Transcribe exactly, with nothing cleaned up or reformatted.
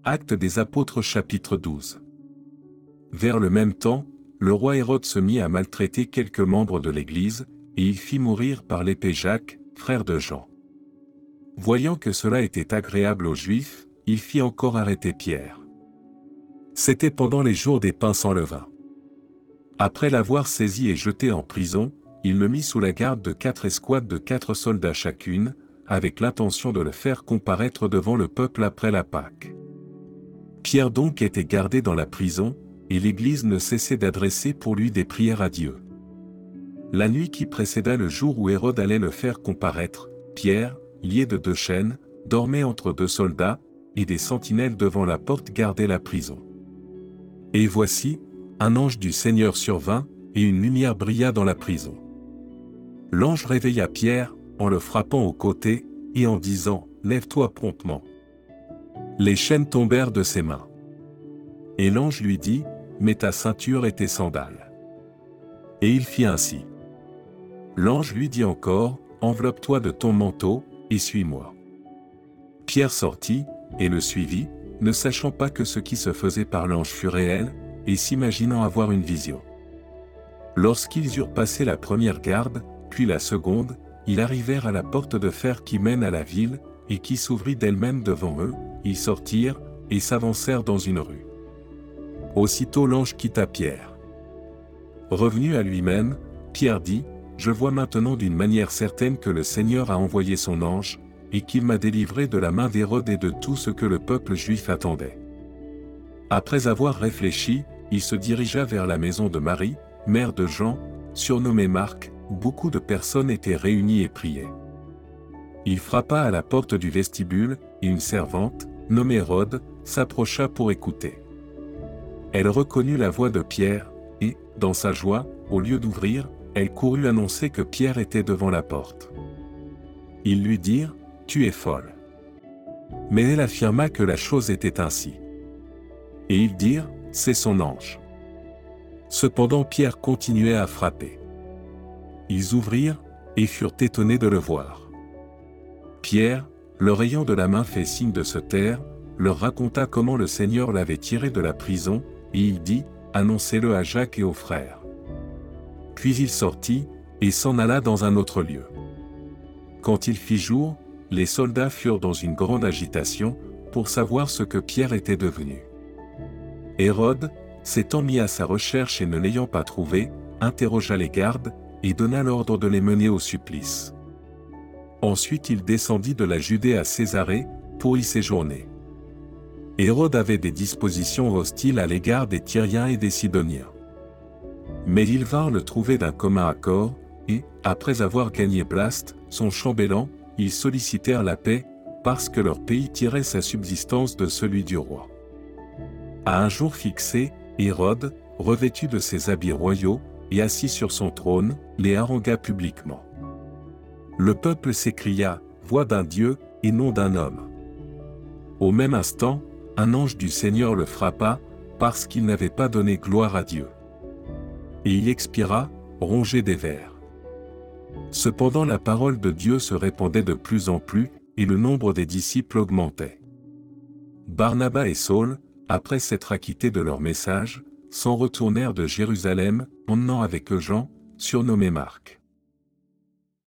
Actes des Apôtres chapitre douze. Vers le même temps, le roi Hérode se mit à maltraiter quelques membres de l'Église, et il fit mourir par l'épée Jacques, frère de Jean. Voyant que cela était agréable aux Juifs, il fit encore arrêter Pierre. C'était pendant les jours des pains sans levain. Après l'avoir saisi et jeté en prison, il le mit sous la garde de quatre escouades de quatre soldats chacune, avec l'intention de le faire comparaître devant le peuple après la Pâque. Pierre donc était gardé dans la prison, et l'Église ne cessait d'adresser pour lui des prières à Dieu. La nuit qui précéda le jour où Hérode allait le faire comparaître, Pierre, lié de deux chaînes, dormait entre deux soldats, et des sentinelles devant la porte gardaient la prison. Et voici, un ange du Seigneur survint, et une lumière brilla dans la prison. L'ange réveilla Pierre, en le frappant au côté, et en disant « Lève-toi promptement ». Les chaînes tombèrent de ses mains. Et l'ange lui dit « Mets ta ceinture et tes sandales ». Et il fit ainsi. L'ange lui dit encore « Enveloppe-toi de ton manteau, et suis-moi ». Pierre sortit, et le suivit, ne sachant pas que ce qui se faisait par l'ange fut réel, et s'imaginant avoir une vision. Lorsqu'ils eurent passé la première garde, puis la seconde, ils arrivèrent à la porte de fer qui mène à la ville, et qui s'ouvrit d'elle-même devant eux, ils sortirent, et s'avancèrent dans une rue. Aussitôt l'ange quitta Pierre. Revenu à lui-même, Pierre dit, « Je vois maintenant d'une manière certaine que le Seigneur a envoyé son ange, et qu'il m'a délivré de la main d'Hérode et de tout ce que le peuple juif attendait. » Après avoir réfléchi, il se dirigea vers la maison de Marie, mère de Jean, surnommée Marc, où beaucoup de personnes étaient réunies et priaient. Il frappa à la porte du vestibule, et une servante, nommée Rhoda, s'approcha pour écouter. Elle reconnut la voix de Pierre, et, dans sa joie, au lieu d'ouvrir, elle courut annoncer que Pierre était devant la porte. Ils lui dirent, « Tu es folle. » Mais elle affirma que la chose était ainsi. Et ils dirent, « C'est son ange. » Cependant Pierre continuait à frapper. Ils ouvrirent, et furent étonnés de le voir. Pierre, leur ayant de la main fait signe de se taire, leur raconta comment le Seigneur l'avait tiré de la prison, et il dit, « Annoncez-le à Jacques et aux frères. » Puis il sortit, et s'en alla dans un autre lieu. Quand il fit jour, les soldats furent dans une grande agitation, pour savoir ce que Pierre était devenu. Hérode, s'étant mis à sa recherche et ne l'ayant pas trouvé, interrogea les gardes, et donna l'ordre de les mener au supplice. Ensuite il descendit de la Judée à Césarée, pour y séjourner. Hérode avait des dispositions hostiles à l'égard des Tyriens et des Sidoniens. Mais ils vinrent le trouver d'un commun accord, et, après avoir gagné Blaste, son chambellan, ils sollicitèrent la paix, parce que leur pays tirait sa subsistance de celui du roi. À un jour fixé, Hérode, revêtu de ses habits royaux, et assis sur son trône, les harangua publiquement. Le peuple s'écria, « Voix d'un Dieu, et non d'un homme. » Au même instant, un ange du Seigneur le frappa, parce qu'il n'avait pas donné gloire à Dieu. Et il expira, rongé des vers. Cependant la parole de Dieu se répandait de plus en plus, et le nombre des disciples augmentait. Barnabas et Saul, après s'être acquittés de leur message, s'en retournèrent de Jérusalem, emmenant avec eux Jean, surnommé Marc.